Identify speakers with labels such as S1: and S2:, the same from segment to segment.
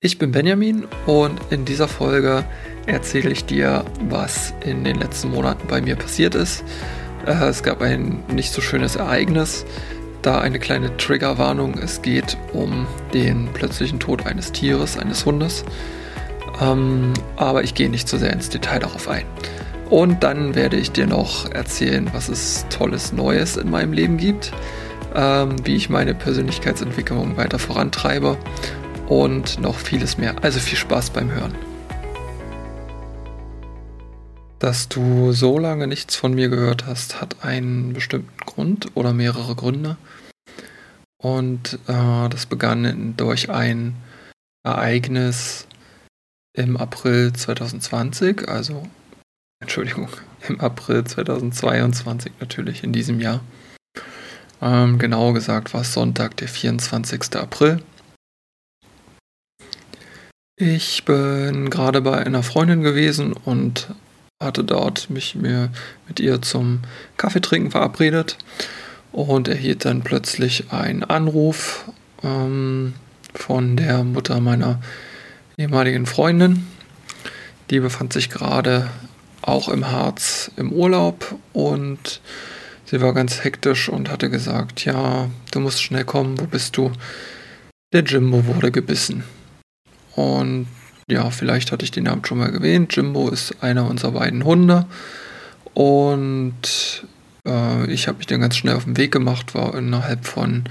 S1: Ich bin Benjamin und in dieser Folge erzähle ich dir, was in den letzten Monaten bei mir passiert ist. Es gab ein nicht so schönes Ereignis, da eine kleine Triggerwarnung. Es geht um den plötzlichen Tod eines Tieres, eines Hundes. Aber ich gehe nicht so sehr ins Detail darauf ein. Und dann werde ich dir noch erzählen, was es Tolles Neues in meinem Leben gibt, wie ich meine Persönlichkeitsentwicklung weiter vorantreibe und noch vieles mehr. Also viel Spaß beim Hören. Dass du so lange nichts von mir gehört hast, hat einen bestimmten Grund oder mehrere Gründe. Und das begann durch ein Ereignis im April 2020, im April 2022 natürlich in diesem Jahr. Genauer gesagt war es Sonntag, der 24. April. Ich bin gerade bei einer Freundin gewesen und hatte dort mir mit ihr zum Kaffeetrinken verabredet und erhielt dann plötzlich einen Anruf von der Mutter meiner ehemaligen Freundin. Die befand sich gerade auch im Harz im Urlaub und sie war ganz hektisch und hatte gesagt, ja, du musst schnell kommen, wo bist du? Der Jimbo wurde gebissen. Und ja, vielleicht hatte ich den Namen schon mal erwähnt. Jimbo ist einer unserer beiden Hunde. Und ich habe mich dann ganz schnell auf den Weg gemacht, war innerhalb von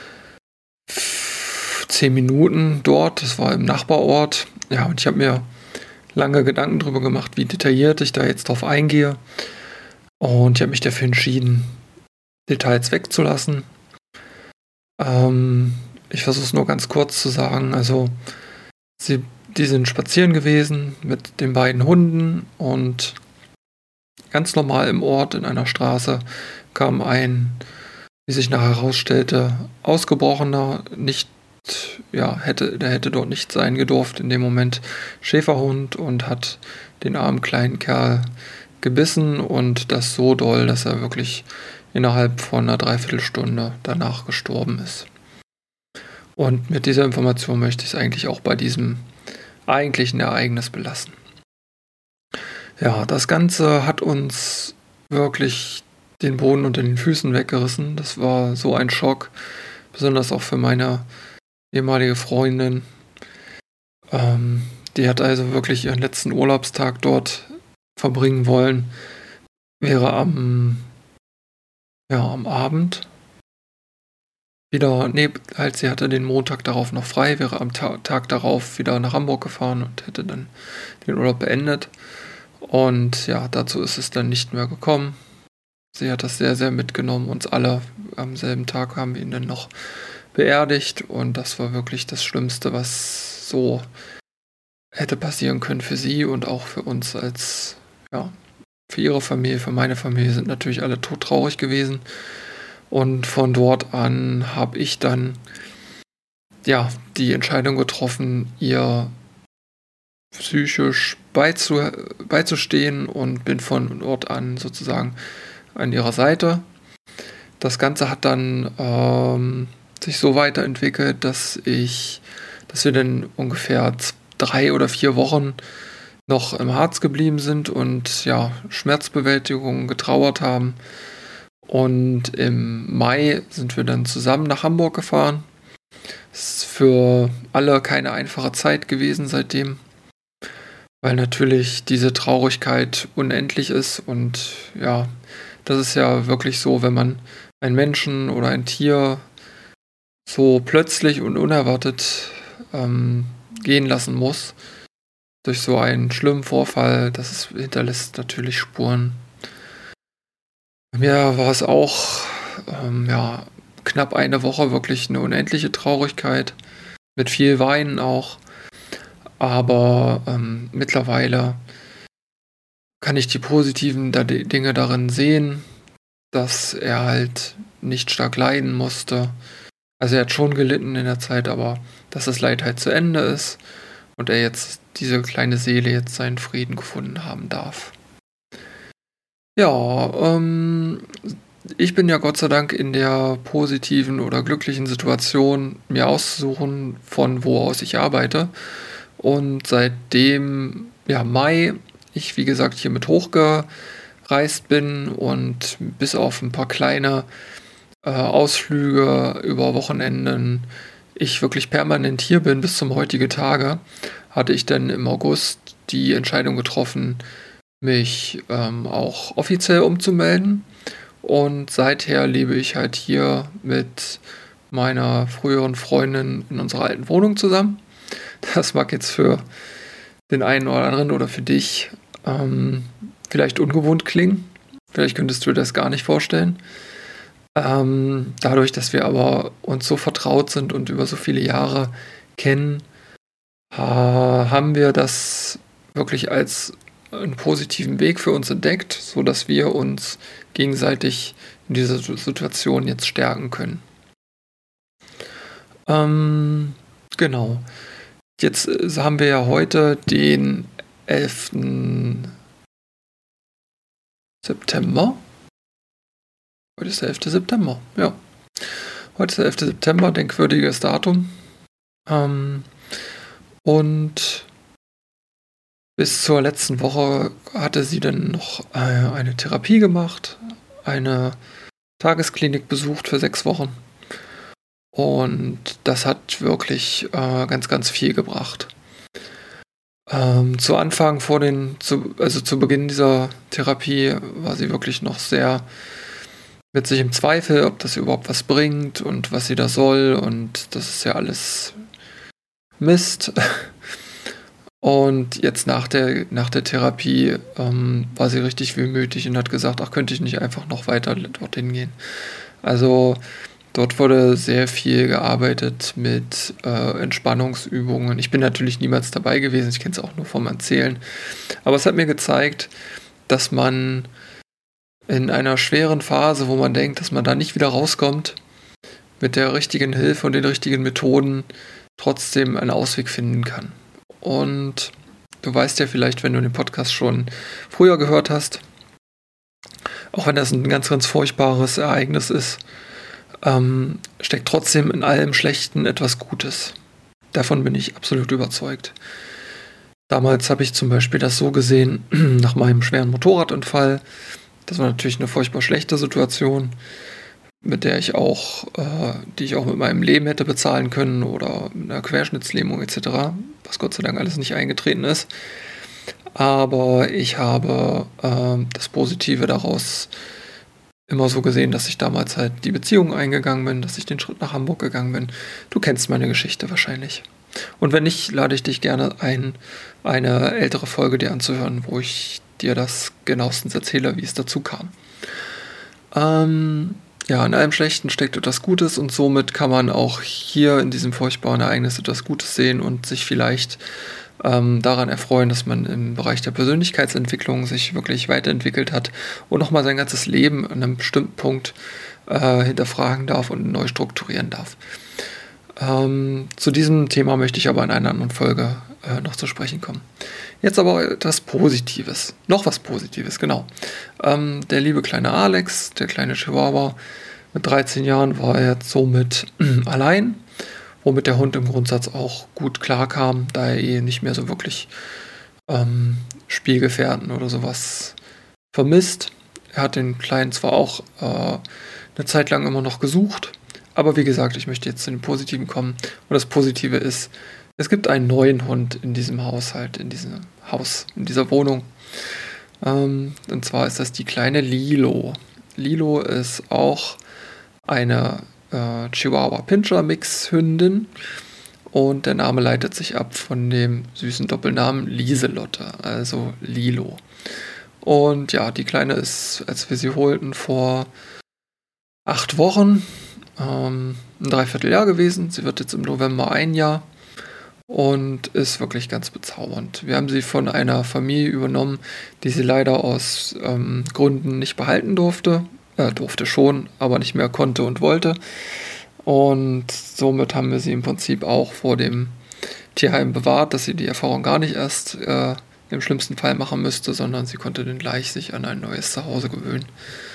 S1: 10 Minuten dort. Das war im Nachbarort. Ja, und ich habe mir lange Gedanken darüber gemacht, wie detailliert ich da jetzt drauf eingehe. Und ich habe mich dafür entschieden, Details wegzulassen. Ich versuche es nur ganz kurz zu sagen. Also die sind spazieren gewesen mit den beiden Hunden und ganz normal im Ort in einer Straße kam ein, wie sich nachher herausstellte, ausgebrochener, der hätte dort nicht sein gedurft in dem Moment, Schäferhund und hat den armen kleinen Kerl gebissen und das so doll, dass er wirklich innerhalb von einer Dreiviertelstunde danach gestorben ist. Und mit dieser Information möchte ich es eigentlich auch bei diesem eigentlichen Ereignis belassen. Ja, das Ganze hat uns wirklich den Boden unter den Füßen weggerissen. Das war so ein Schock, besonders auch für meine ehemalige Freundin. Die hat also wirklich ihren letzten Urlaubstag dort verbringen wollen. Wäre am Abend sie hatte den Montag darauf noch frei, wäre am Tag darauf wieder nach Hamburg gefahren und hätte dann den Urlaub beendet. Und ja, dazu ist es dann nicht mehr gekommen. Sie hat das sehr, sehr mitgenommen, uns alle. Am selben Tag haben wir ihn dann noch beerdigt und das war wirklich das Schlimmste, was so hätte passieren können für sie und auch für uns für ihre Familie, für meine Familie sind natürlich alle todtraurig gewesen. Und von dort an habe ich dann die Entscheidung getroffen, ihr psychisch beizustehen und bin von dort an sozusagen an ihrer Seite. Das Ganze hat dann sich so weiterentwickelt, dass wir dann ungefähr 3 oder 4 Wochen noch im Harz geblieben sind und Schmerzbewältigung getrauert haben. Und im Mai sind wir dann zusammen nach Hamburg gefahren. Es ist für alle keine einfache Zeit gewesen seitdem, weil natürlich diese Traurigkeit unendlich ist. Und ja, das ist ja wirklich so, wenn man einen Menschen oder ein Tier so plötzlich und unerwartet gehen lassen muss, durch so einen schlimmen Vorfall, hinterlässt natürlich Spuren. Mir war es auch knapp eine Woche wirklich eine unendliche Traurigkeit, mit viel Weinen auch. Aber mittlerweile kann ich die positiven Dinge darin sehen, dass er halt nicht stark leiden musste. Also er hat schon gelitten in der Zeit, aber dass das Leid halt zu Ende ist und er jetzt, diese kleine Seele, jetzt seinen Frieden gefunden haben darf. Ja, ich bin ja Gott sei Dank in der positiven oder glücklichen Situation, mir auszusuchen, von wo aus ich arbeite. Und seitdem, ja, Mai, ich wie gesagt hier mit hochgereist bin und bis auf ein paar kleine Ausflüge über Wochenenden ich wirklich permanent hier bin bis zum heutigen Tage, hatte ich dann im August die Entscheidung getroffen, mich auch offiziell umzumelden. Und seither lebe ich halt hier mit meiner früheren Freundin in unserer alten Wohnung zusammen. Das mag jetzt für den einen oder anderen oder für dich vielleicht ungewohnt klingen. Vielleicht könntest du dir das gar nicht vorstellen. Dadurch, dass wir aber uns so vertraut sind und über so viele Jahre kennen, haben wir das wirklich als einen positiven Weg für uns entdeckt, sodass wir uns gegenseitig in dieser Situation jetzt stärken können. Genau. Jetzt haben wir ja heute den 11. September. Heute ist der 11. September, ja. Heute ist der 11. September, denkwürdiges Datum. Und bis zur letzten Woche hatte sie dann noch eine Therapie gemacht, eine Tagesklinik besucht für 6 Wochen. Und das hat wirklich ganz, ganz viel gebracht. Zu Anfang zu Beginn dieser Therapie war sie wirklich noch sehr mit sich im Zweifel, ob das überhaupt was bringt und was sie da soll, und das ist ja alles Mist. Und jetzt nach der Therapie war sie richtig wehmütig und hat gesagt, ach, könnte ich nicht einfach noch weiter dorthin gehen. Also dort wurde sehr viel gearbeitet mit Entspannungsübungen. Ich bin natürlich niemals dabei gewesen, ich kenne es auch nur vom Erzählen. Aber es hat mir gezeigt, dass man in einer schweren Phase, wo man denkt, dass man da nicht wieder rauskommt, mit der richtigen Hilfe und den richtigen Methoden trotzdem einen Ausweg finden kann. Und du weißt ja vielleicht, wenn du den Podcast schon früher gehört hast, auch wenn das ein ganz, ganz furchtbares Ereignis ist, steckt trotzdem in allem Schlechten etwas Gutes. Davon bin ich absolut überzeugt. Damals habe ich zum Beispiel das so gesehen, nach meinem schweren Motorradunfall. Das war natürlich eine furchtbar schlechte Situation, mit der die ich auch mit meinem Leben hätte bezahlen können oder mit einer Querschnittslähmung etc., was Gott sei Dank alles nicht eingetreten ist. Aber ich habe das Positive daraus immer so gesehen, dass ich damals halt die Beziehung eingegangen bin, dass ich den Schritt nach Hamburg gegangen bin. Du kennst meine Geschichte wahrscheinlich. Und wenn nicht, lade ich dich gerne ein, eine ältere Folge dir anzuhören, wo ich dir das genauestens erzähle, wie es dazu kam. Ja, in allem Schlechten steckt etwas Gutes, und somit kann man auch hier in diesem furchtbaren Ereignis etwas Gutes sehen und sich vielleicht daran erfreuen, dass man im Bereich der Persönlichkeitsentwicklung sich wirklich weiterentwickelt hat und nochmal sein ganzes Leben an einem bestimmten Punkt hinterfragen darf und neu strukturieren darf. Zu diesem Thema möchte ich aber in einer anderen Folge noch zu sprechen kommen. Jetzt aber etwas Positives. Noch was Positives, genau. Der liebe kleine Alex, der kleine Chihuahua, mit 13 Jahren war er jetzt somit allein, womit der Hund im Grundsatz auch gut klarkam, da er nicht mehr so wirklich Spielgefährten oder sowas vermisst. Er hat den Kleinen zwar auch eine Zeit lang immer noch gesucht, aber wie gesagt, ich möchte jetzt zu den Positiven kommen. Und das Positive ist, es gibt einen neuen Hund in diesem Haushalt, in diesem Haus, in dieser Wohnung. Und zwar ist das die kleine Lilo. Lilo ist auch eine Chihuahua-Pinscher-Mix-Hündin. Und der Name leitet sich ab von dem süßen Doppelnamen Lieselotte, also Lilo. Und ja, die Kleine ist, als wir sie holten, vor 8 Wochen, ein Dreivierteljahr gewesen. Sie wird jetzt im November 1 Jahr und ist wirklich ganz bezaubernd. Wir haben sie von einer Familie übernommen, die sie leider aus Gründen nicht behalten durfte. Durfte schon, aber nicht mehr konnte und wollte. Und somit haben wir sie im Prinzip auch vor dem Tierheim bewahrt, dass sie die Erfahrung gar nicht erst im schlimmsten Fall machen müsste, sondern sie konnte dann gleich sich an ein neues Zuhause gewöhnen.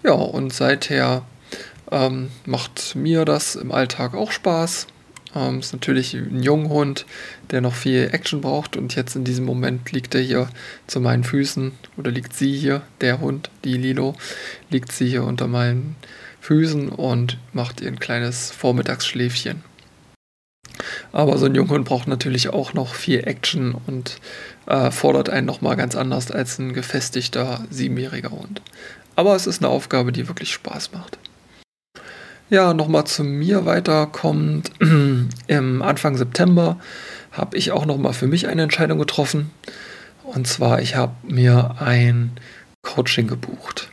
S1: Ja, und seither macht mir das im Alltag auch Spaß. Ist natürlich ein Junghund, der noch viel Action braucht, und jetzt in diesem Moment liegt er hier zu meinen Füßen, oder liegt sie hier, der Hund, die Lilo, liegt sie hier unter meinen Füßen und macht ihr ein kleines Vormittagsschläfchen. Aber so ein Junghund braucht natürlich auch noch viel Action und fordert einen nochmal ganz anders als ein gefestigter 7-jähriger Hund. Aber es ist eine Aufgabe, die wirklich Spaß macht. Ja, nochmal zu mir weiterkommt. Im Anfang September habe ich auch nochmal für mich eine Entscheidung getroffen. Und zwar, ich habe mir ein Coaching gebucht.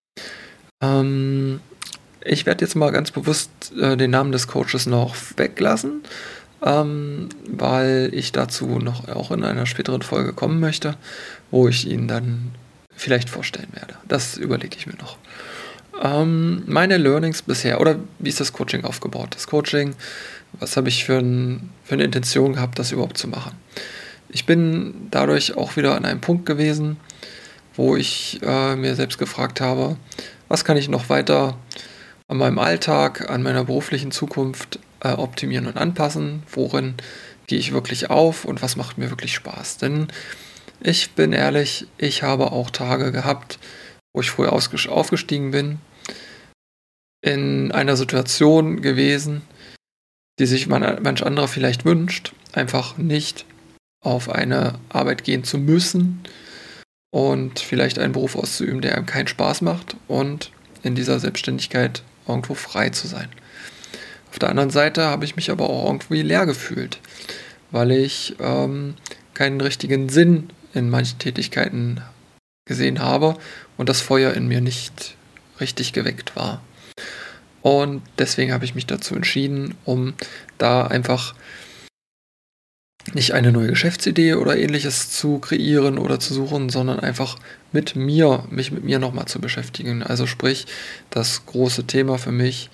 S1: Ich werde jetzt mal ganz bewusst den Namen des Coaches noch weglassen, weil ich dazu noch auch in einer späteren Folge kommen möchte, wo ich ihn dann vielleicht vorstellen werde. Das überlege ich mir noch. Meine Learnings bisher, oder wie ist das Coaching aufgebaut? Das Coaching, was habe ich für eine Intention gehabt, das überhaupt zu machen? Ich bin dadurch auch wieder an einem Punkt gewesen, wo ich mir selbst gefragt habe, was kann ich noch weiter an meinem Alltag, an meiner beruflichen Zukunft optimieren und anpassen? Worin gehe ich wirklich auf und was macht mir wirklich Spaß? Denn ich bin ehrlich, ich habe auch Tage gehabt, wo ich früh aufgestiegen bin, in einer Situation gewesen, die sich manch anderer vielleicht wünscht, einfach nicht auf eine Arbeit gehen zu müssen und vielleicht einen Beruf auszuüben, der einem keinen Spaß macht, und in dieser Selbstständigkeit irgendwo frei zu sein. Auf der anderen Seite habe ich mich aber auch irgendwie leer gefühlt, weil ich keinen richtigen Sinn in manchen Tätigkeiten gesehen habe und das Feuer in mir nicht richtig geweckt war. Und deswegen habe ich mich dazu entschieden, um da einfach nicht eine neue Geschäftsidee oder ähnliches zu kreieren oder zu suchen, sondern einfach mich mit mir nochmal zu beschäftigen. Also sprich, das große Thema für mich,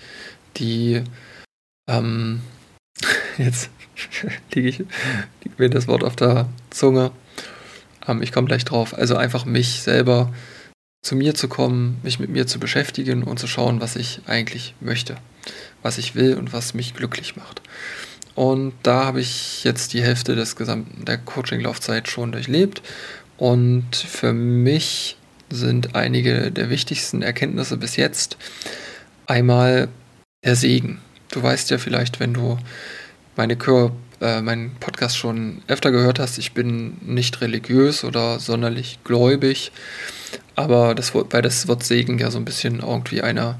S1: jetzt liegt mir das Wort auf der Zunge, ich komme gleich drauf, also einfach mich selber zu mir zu kommen, mich mit mir zu beschäftigen und zu schauen, was ich eigentlich möchte, was ich will und was mich glücklich macht. Und da habe ich jetzt die Hälfte der Coaching-Laufzeit schon durchlebt. Und für mich sind einige der wichtigsten Erkenntnisse bis jetzt einmal der Segen. Du weißt ja vielleicht, wenn du meinen Podcast schon öfter gehört hast, ich bin nicht religiös oder sonderlich gläubig, aber weil das Wort Segen ja so ein bisschen irgendwie einen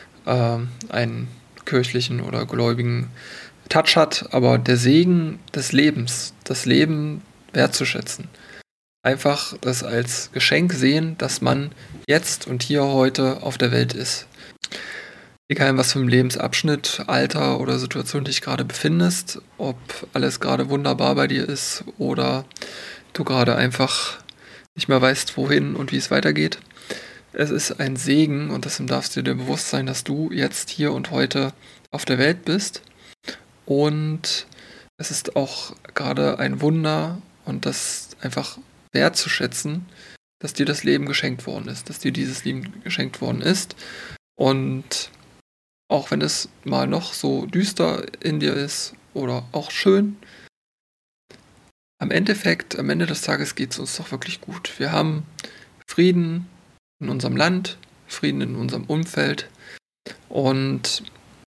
S1: kirchlichen oder gläubigen Touch hat, aber der Segen des Lebens, das Leben wertzuschätzen. Einfach das als Geschenk sehen, dass man jetzt und hier heute auf der Welt ist. Egal in was für einem Lebensabschnitt, Alter oder Situation dich gerade befindest, ob alles gerade wunderbar bei dir ist oder du gerade einfach nicht mehr weißt, wohin und wie es weitergeht. Es ist ein Segen, und deswegen darfst du dir bewusst sein, dass du jetzt hier und heute auf der Welt bist. Und es ist auch gerade ein Wunder, und das einfach wertzuschätzen, dass dir das Leben geschenkt worden ist, dass dir dieses Leben geschenkt worden ist. Und auch wenn es mal noch so düster in dir ist oder auch schön, am Ende des Tages geht es uns doch wirklich gut. Wir haben Frieden in unserem Land, Frieden in unserem Umfeld, und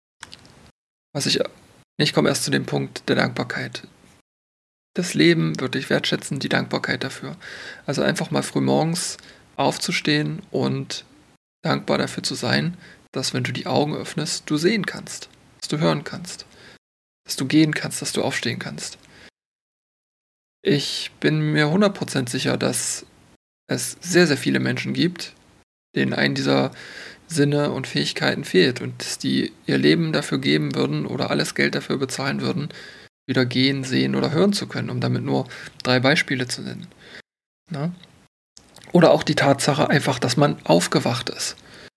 S1: ich komme erst zu dem Punkt der Dankbarkeit. Das Leben wird dich wertschätzen, die Dankbarkeit dafür. Also einfach mal früh morgens aufzustehen und dankbar dafür zu sein, dass, wenn du die Augen öffnest, du sehen kannst, dass du hören kannst, dass du gehen kannst, dass du aufstehen kannst. Ich bin mir 100% sicher, dass es sehr, sehr viele Menschen gibt, denen einen dieser Sinne und Fähigkeiten fehlt und dass die ihr Leben dafür geben würden oder alles Geld dafür bezahlen würden, wieder gehen, sehen oder hören zu können, um damit nur 3 Beispiele zu nennen. Na? Oder auch die Tatsache einfach, dass man aufgewacht ist.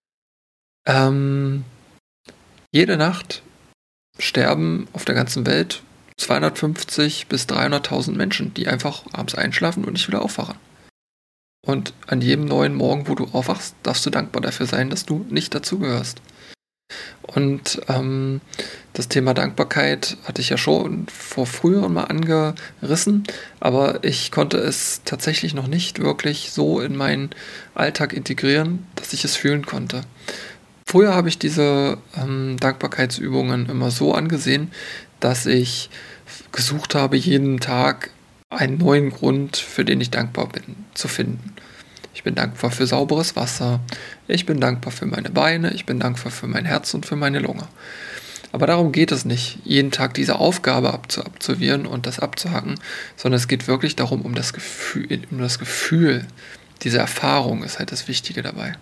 S1: Jede Nacht sterben auf der ganzen Welt 250 bis 300.000 Menschen, die einfach abends einschlafen und nicht wieder aufwachen. Und an jedem neuen Morgen, wo du aufwachst, darfst du dankbar dafür sein, dass du nicht dazugehörst. Und das Thema Dankbarkeit hatte ich ja schon vor früheren mal angerissen, aber ich konnte es tatsächlich noch nicht wirklich so in meinen Alltag integrieren, dass ich es fühlen konnte. Früher habe ich diese Dankbarkeitsübungen immer so angesehen, dass ich gesucht habe, jeden Tag einen neuen Grund, für den ich dankbar bin, zu finden. Ich bin dankbar für sauberes Wasser, ich bin dankbar für meine Beine, ich bin dankbar für mein Herz und für meine Lunge. Aber darum geht es nicht, jeden Tag diese Aufgabe absolvieren und das abzuhacken, sondern es geht wirklich darum, um das Gefühl, diese Erfahrung ist halt das Wichtige dabei.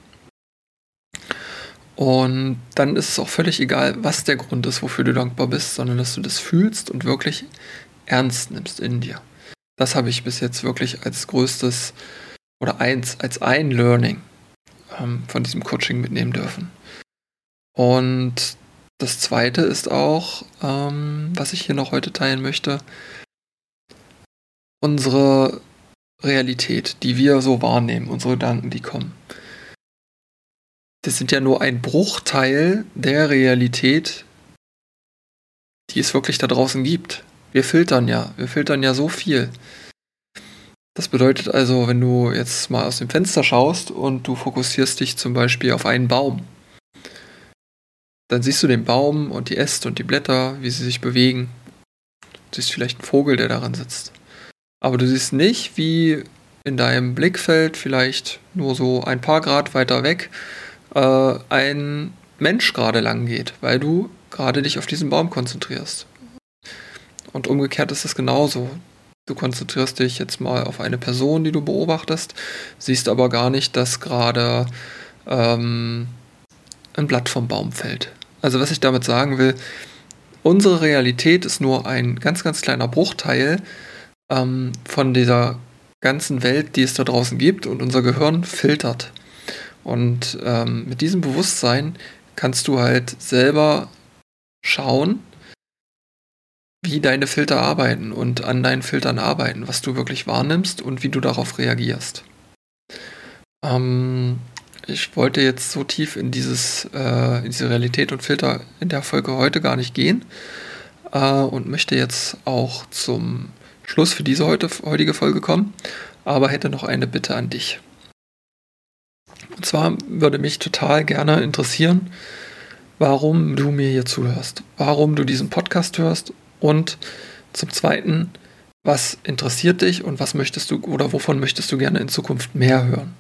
S1: Und dann ist es auch völlig egal, was der Grund ist, wofür du dankbar bist, sondern dass du das fühlst und wirklich ernst nimmst in dir. Das habe ich bis jetzt wirklich als größtes oder als ein Learning von diesem Coaching mitnehmen dürfen. Und das Zweite ist auch, was ich hier noch heute teilen möchte, unsere Realität, die wir so wahrnehmen, unsere Gedanken, die kommen. Das sind ja nur ein Bruchteil der Realität, die es wirklich da draußen gibt. Wir filtern ja so viel. Das bedeutet also, wenn du jetzt mal aus dem Fenster schaust und du fokussierst dich zum Beispiel auf einen Baum, dann siehst du den Baum und die Äste und die Blätter, wie sie sich bewegen. Du siehst vielleicht einen Vogel, der daran sitzt. Aber du siehst nicht, wie in deinem Blickfeld vielleicht nur so ein paar Grad weiter weg ein Mensch gerade lang geht, weil du gerade dich auf diesen Baum konzentrierst. Und umgekehrt ist es genauso. Du konzentrierst dich jetzt mal auf eine Person, die du beobachtest, siehst aber gar nicht, dass gerade ein Blatt vom Baum fällt. Also was ich damit sagen will, unsere Realität ist nur ein ganz, ganz kleiner Bruchteil von dieser ganzen Welt, die es da draußen gibt, und unser Gehirn filtert. Und mit diesem Bewusstsein kannst du halt selber schauen, wie deine Filter arbeiten und an deinen Filtern arbeiten, was du wirklich wahrnimmst und wie du darauf reagierst. Ich wollte jetzt so tief in diese Realität und Filter in der Folge heute gar nicht gehen und möchte jetzt auch zum Schluss für diese heutige Folge kommen, aber hätte noch eine Bitte an dich. Und zwar würde mich total gerne interessieren, warum du mir hier zuhörst, warum du diesen Podcast hörst und zum Zweiten, was interessiert dich und was möchtest du oder wovon möchtest du gerne in Zukunft mehr hören?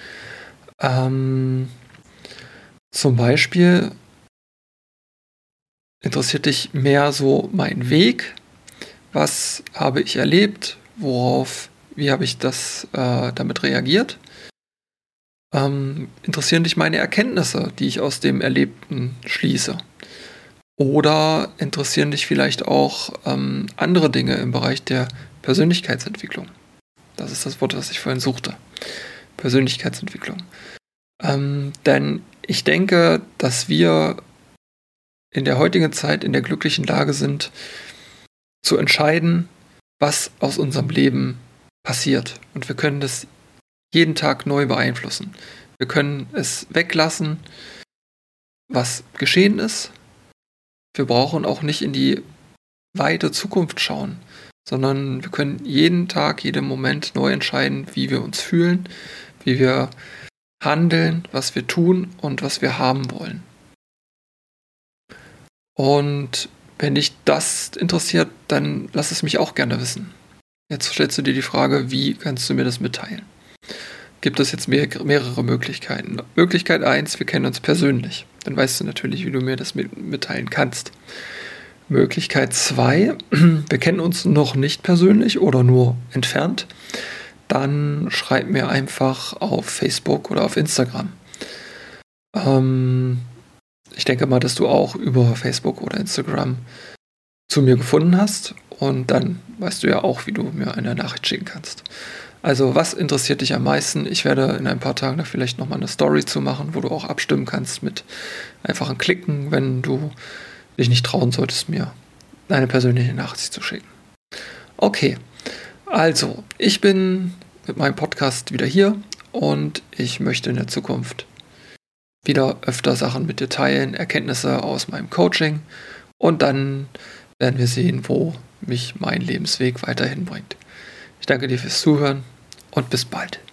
S1: Zum Beispiel interessiert dich mehr so mein Weg, was habe ich erlebt, wie habe ich das damit reagiert? Interessieren dich meine Erkenntnisse, die ich aus dem Erlebten schließe? Oder interessieren dich vielleicht auch andere Dinge im Bereich der Persönlichkeitsentwicklung? Das ist das Wort, was ich vorhin suchte. Persönlichkeitsentwicklung. Denn ich denke, dass wir in der heutigen Zeit in der glücklichen Lage sind, zu entscheiden, was aus unserem Leben passiert. Und wir können das jeden Tag neu beeinflussen. Wir können es weglassen, was geschehen ist. Wir brauchen auch nicht in die weite Zukunft schauen, sondern wir können jeden Tag, jeden Moment neu entscheiden, wie wir uns fühlen, wie wir handeln, was wir tun und was wir haben wollen. Und wenn dich das interessiert, dann lass es mich auch gerne wissen. Jetzt stellst du dir die Frage, wie kannst du mir das mitteilen? Gibt es jetzt mehrere Möglichkeiten. Möglichkeit 1, wir kennen uns persönlich. Dann weißt du natürlich, wie du mir das mitteilen kannst. Möglichkeit 2, wir kennen uns noch nicht persönlich oder nur entfernt. Dann schreib mir einfach auf Facebook oder auf Instagram. Ich denke mal, dass du auch über Facebook oder Instagram zu mir gefunden hast. Und dann weißt du ja auch, wie du mir eine Nachricht schicken kannst. Also, was interessiert dich am meisten? Ich werde in ein paar Tagen da vielleicht nochmal eine Story zu machen, wo du auch abstimmen kannst mit einfachen Klicken, wenn du dich nicht trauen solltest, mir eine persönliche Nachricht zu schicken. Okay, also, ich bin mit meinem Podcast wieder hier und ich möchte in der Zukunft wieder öfter Sachen mit dir teilen, Erkenntnisse aus meinem Coaching, und dann werden wir sehen, wo mich mein Lebensweg weiterhin bringt. Ich danke dir fürs Zuhören und bis bald.